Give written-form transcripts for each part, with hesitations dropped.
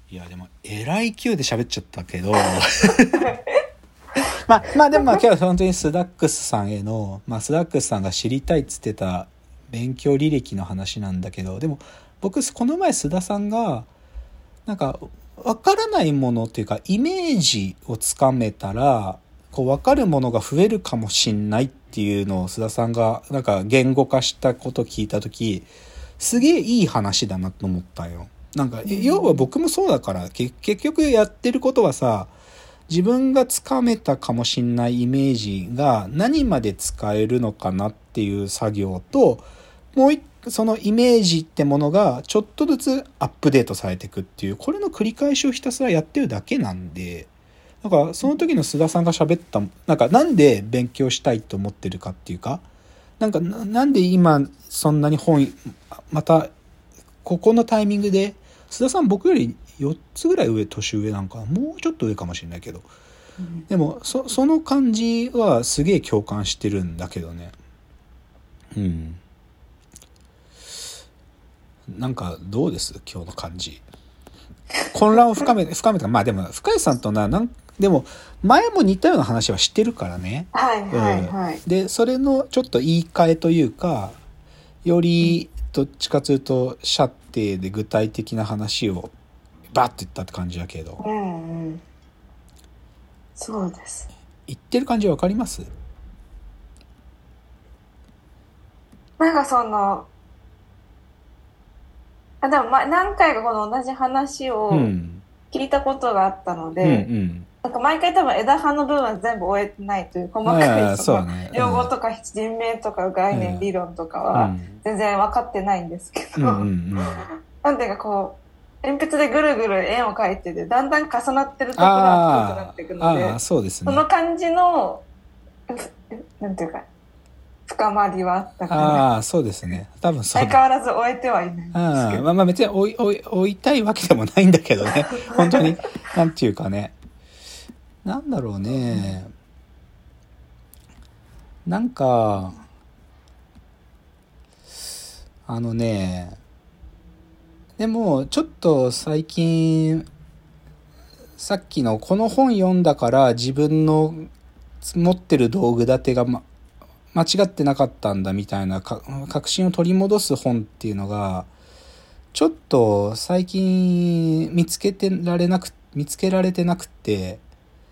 いやでもえらい勢いで喋っちゃったけどまあでも今日は本当にスダックスさんへの、スダックスさんが知りたいっつってた勉強履歴の話なんだけど、でも僕この前須田さんがなんか分からないものっていうかイメージをつかめたらこう分かるものが増えるかもしんないっていうのを須田さんがなんか言語化したことを聞いた時、すげえいい話だなと思ったよ。なんか要は僕もそうだから、結局やってることはさ、自分がつかめたかもしんないイメージが何まで使えるのかなっていう作業と、もうそのイメージってものがちょっとずつアップデートされていくっていう、これの繰り返しをひたすらやってるだけなんで、なんかその時の須田さんが喋ったなんで勉強したいと思ってるかっていうか、なんで今そんなに本またここのタイミングで、須田さん僕より4つぐらい年上なんかな、もうちょっと上かもしれないけど、でもその感じはすげえ共感してるんだけどね。なんかどうです今日の感じ。混乱を深めた。でも深谷さんとでも前も似たような話はしてるからね。でそれのちょっと言い換えというか、よりどっちかというと射程で具体的な話をバッて言ったって感じだけど、 そうです。 言ってる感じわかります？ なんかでも何回かこの同じ話を聞いたことがあったので、なんか毎回多分枝葉の部分は全部終えてないという細かい用語とか人名とか概念理論とかは全然分かってないんですけど、なんていうかこう鉛筆でぐるぐる円を描いててだんだん重なってるところが太くなっていくので、 そうですね、 その感じのなんていうか深まりはあったから。 そうですね。多分そう。相変わらず終えてはいないんですけど。 別に追いたいわけでもないんだけどね。本当になんていうかね。なんだろうね。なんかでもちょっと最近さっきのこの本読んだから自分の持ってる道具立てが間違ってなかったんだみたいな確信を取り戻す本っていうのがちょっと最近見つけられてなくて、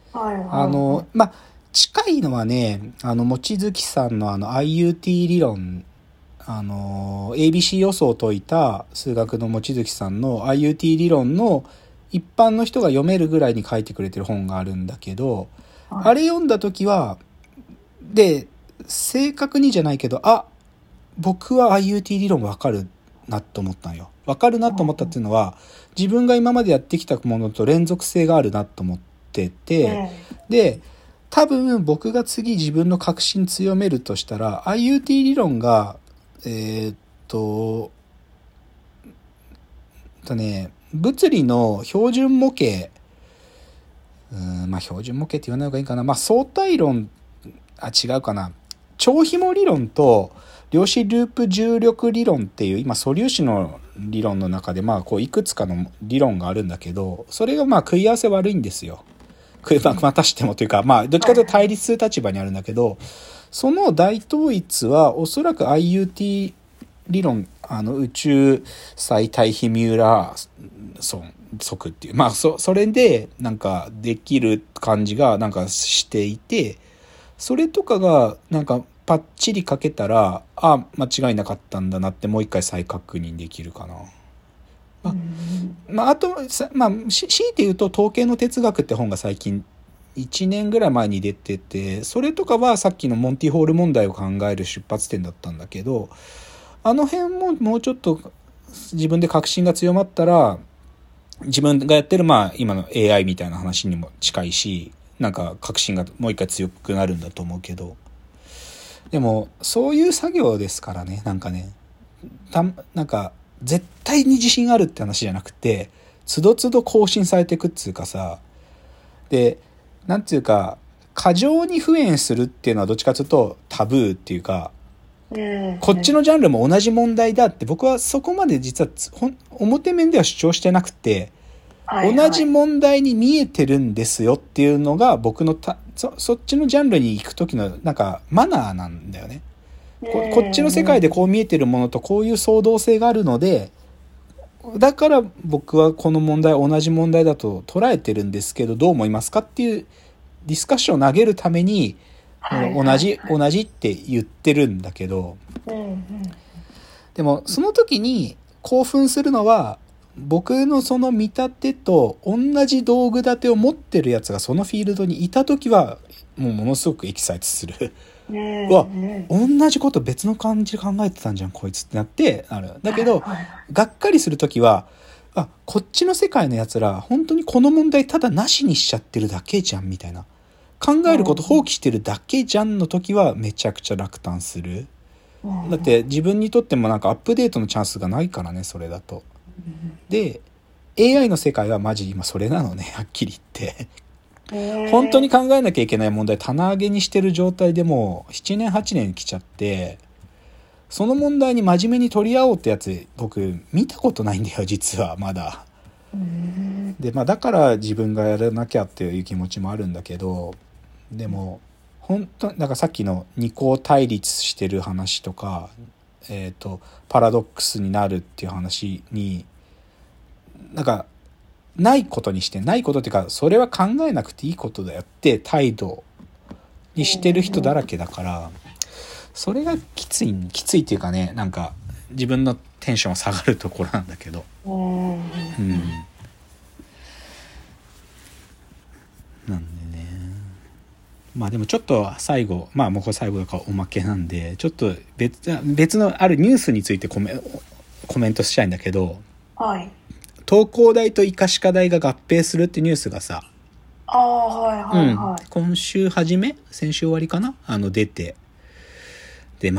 近いのはね、望月さんのIUT 理論、ABC 予想を解いた数学の望月さんの IUT 理論の一般の人が読めるぐらいに書いてくれてる本があるんだけど、あれ読んだ時は正確にじゃないけど、僕は IUT 理論わかるなと思ったんよ。わかるなと思ったっていうのは、自分が今までやってきたものと連続性があるなと思ってて、で多分僕が次自分の確信強めるとしたら IUT 理論が物理の標準模型、標準模型って言わない方がいいかな。相対論、違うかな。超紐理論と量子ループ重力理論っていう今素粒子の理論の中でいくつかの理論があるんだけど、それが食い合わせ悪いんですよ。またしてもというか、どっちかというと対立する立場にあるんだけど、その大統一はおそらく IUT 理論、宇宙最対比ミューラー則っていう、それでできる感じがしていて、それとかがパッチリ書けたら間違いなかったんだなってもう一回再確認できるかな。あと強いて言うと統計の哲学って本が最近1年ぐらい前に出てて、それとかはさっきのモンティホール問題を考える出発点だったんだけど、あの辺ももうちょっと自分で確信が強まったら自分がやってる今の AI みたいな話にも近いし、確信がもう一回強くなるんだと思うけど、でもそういう作業ですからね。絶対に自信あるって話じゃなくて、つどつど更新されていくっつうかさ、でなんていうか過剰に敷衍するっていうのはどっちかというとタブーっていうか、こっちのジャンルも同じ問題だって僕はそこまで実は表面では主張してなくて、 同じ問題に見えてるんですよっていうのが僕のそっちのジャンルに行く時のなんかマナーなんだよね。こっちの世界でこう見えてるものとこういう相動性があるので、だから僕はこの問題同じ問題だと捉えてるんですけどどう思いますかっていうディスカッションを投げるために同じって言ってるんだけど、でもその時に興奮するのは僕のその見立てと同じ道具立てを持ってるやつがそのフィールドにいた時はもうものすごくエキサイトする。わ、同じこと別の感じで考えてたんじゃんこいつってなってある。だけどがっかりする時はこっちの世界のやつら本当にこの問題ただなしにしちゃってるだけじゃんみたいな、考えること放棄してるだけじゃんの時はめちゃくちゃ落胆する。だって自分にとってもなんかアップデートのチャンスがないからね、それだと。で AI の世界はマジ今それなのね、はっきり言って本当に考えなきゃいけない問題棚上げにしてる状態でもう7年8年来ちゃって、その問題に真面目に取り合おうってやつ僕見たことないんだよ実はまだ。でだから自分がやらなきゃっていう気持ちもあるんだけど、でも本当なんかさっきの二項対立してる話とか、パラドックスになるっていう話になんかないことにして、ないことっていうかそれは考えなくていいことだよって態度にしてる人だらけだから、それがきついっていうかね、なんか自分のテンション下がるところなんだけど、なんでね、でもちょっと最後もうこれ最後だからおまけなんでちょっと別のあるニュースについてコメントしたいんだけど、東工大と医科歯科大が合併するってニュースがさ、今週初め先週終わりかな出て、で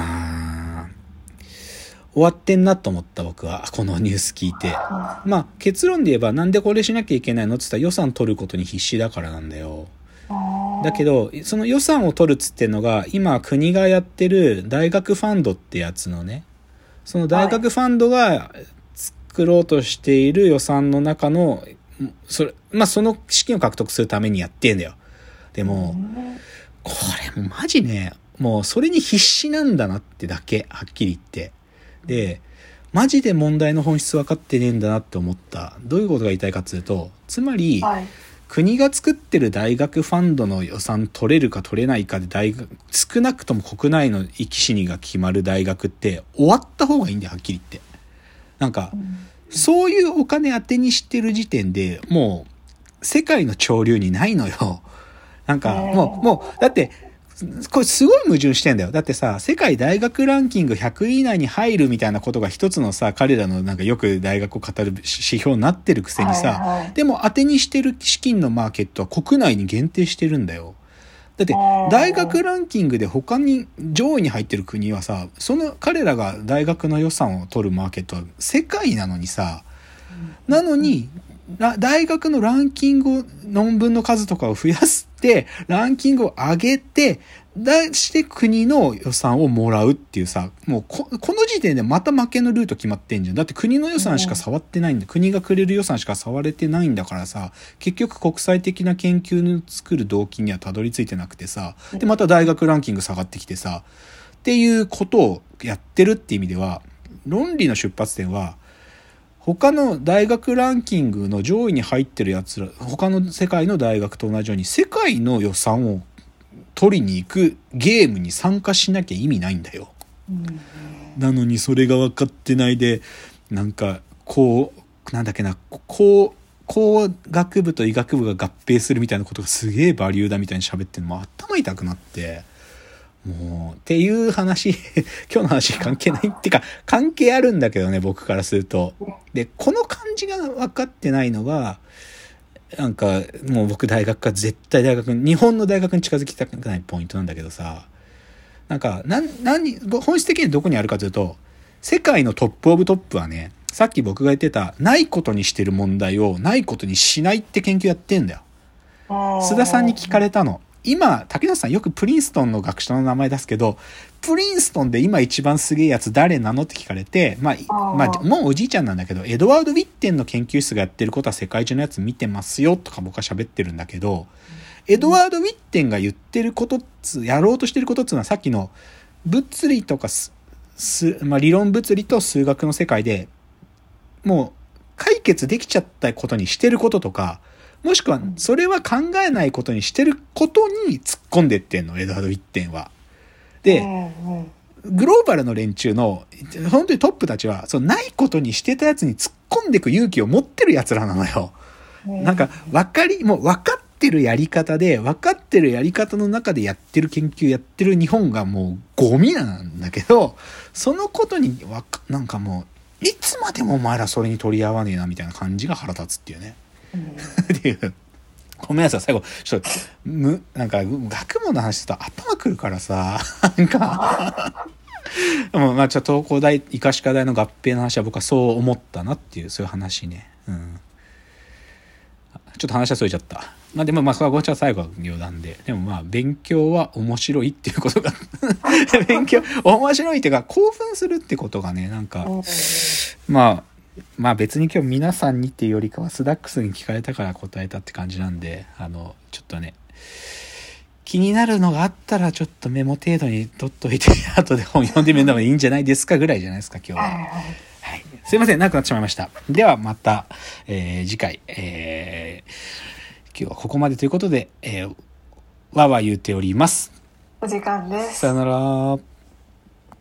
終わってんなと思った僕はこのニュース聞いて、結論で言えばなんでこれしなきゃいけないのって言ったら予算取ることに必死だからなんだよ。だけどその予算を取るっつってんのが今国がやってる大学ファンドってやつのね、その大学ファンドが作ろうとしている予算の中のその資金を獲得するためにやってんだよ。でもこれもマジね、もうそれに必死なんだなってだけはっきり言って、でマジで問題の本質分かってねえんだなって思った。どういうことが言いたいかっていうと、つまり、国が作ってる大学ファンドの予算取れるか取れないかで少なくとも国内の生き死にが決まる大学って終わった方がいいんだよ、はっきり言って。なんか、そういうお金当てにしてる時点でもう世界の潮流にないのよ。なんかもうだってこれすごい矛盾してんだよ。だってさ、世界大学ランキング100位以内に入るみたいなことが一つのさ、彼らのなんかよく大学を語る指標になってるくせにさ、でも当てにしてる資金のマーケットは国内に限定してるんだよ。だって大学ランキングで他に上位に入ってる国はさ、その彼らが大学の予算を取るマーケットは世界なのにさ、なのに大学のランキング論文の数とかを増やしてランキングを上げて出して国の予算をもらうっていうさ、もうこの時点でまた負けのルート決まってんじゃん。だって国の予算しか触ってないんだ、国がくれる予算しか触れてないんだからさ、結局国際的な研究の作る動機にはたどり着いてなくてさ、でまた大学ランキング下がってきてさっていうことをやってるって意味では、論理の出発点は他の大学ランキングの上位に入ってるやつら、他の世界の大学と同じように世界の予算を取りに行くゲームに参加しなきゃ意味ないんだよ。なのにそれが分かってないで、なんか工学部と医学部が合併するみたいなことがすげえバリューだみたいに喋ってるのも頭痛くなって、もうっていう話今日の話関係ないってか関係あるんだけどね、僕からすると。でこの感じが分かってないのが、なんかもう僕大学から絶対日本の大学に近づきたくないポイントなんだけどさ、なんか本質的にどこにあるかというと、世界のトップオブトップはね、さっき僕が言ってたないことにしてる問題をないことにしないって研究やってんだよ。須田さんに聞かれたの。 今、竹内さんよくプリンストンの学者の名前出すけど、プリンストンで今一番すげえやつ誰なのって聞かれて、もうおじいちゃんなんだけど、エドワード・ウィッテンの研究室がやってることは世界中のやつ見てますよとか僕は喋ってるんだけど、エドワード・ウィッテンが言ってることやろうとしてることっていうのはさっきの物理とか理論物理と数学の世界でもう解決できちゃったことにしてることとか、もしくはそれは考えないことにしてることに突っ込んでってんの、エドワード・ウィッテンは。で、グローバルの連中の本当にトップたちはそのないことにしてたやつに突っ込んでいく勇気を持ってるやつらなのよ。なんかもう分かってるやり方で、分かってるやり方の中でやってる研究やってる日本がもうゴミなんだけど、そのことになんかもういつまでもお前らそれに取り合わねえなみたいな感じが腹立つっていうね。っていう。ごめんなさい、最後ちょっとなんか学問の話すると頭くるからさ、なんかもうちょっと東工大医科歯科大の合併の話は僕はそう思ったなっていう、そういう話ね。ちょっと話はそれちゃった。でもそれはごちゃ最後は余談で。でも勉強は面白いっていうことが勉強面白いっていうか興奮するってことがね、なんか別に今日皆さんにっていうよりかはスダックスに聞かれたから答えたって感じなんで、ちょっとね、気になるのがあったらちょっとメモ程度に取っといて後で本読んでみるのもいいんじゃないですかぐらいじゃないですか今日は。はい、すいません、長くなってしまいました。ではまた、次回、今日はここまでということで、わーわー言うております。 お時間です。 さよなら。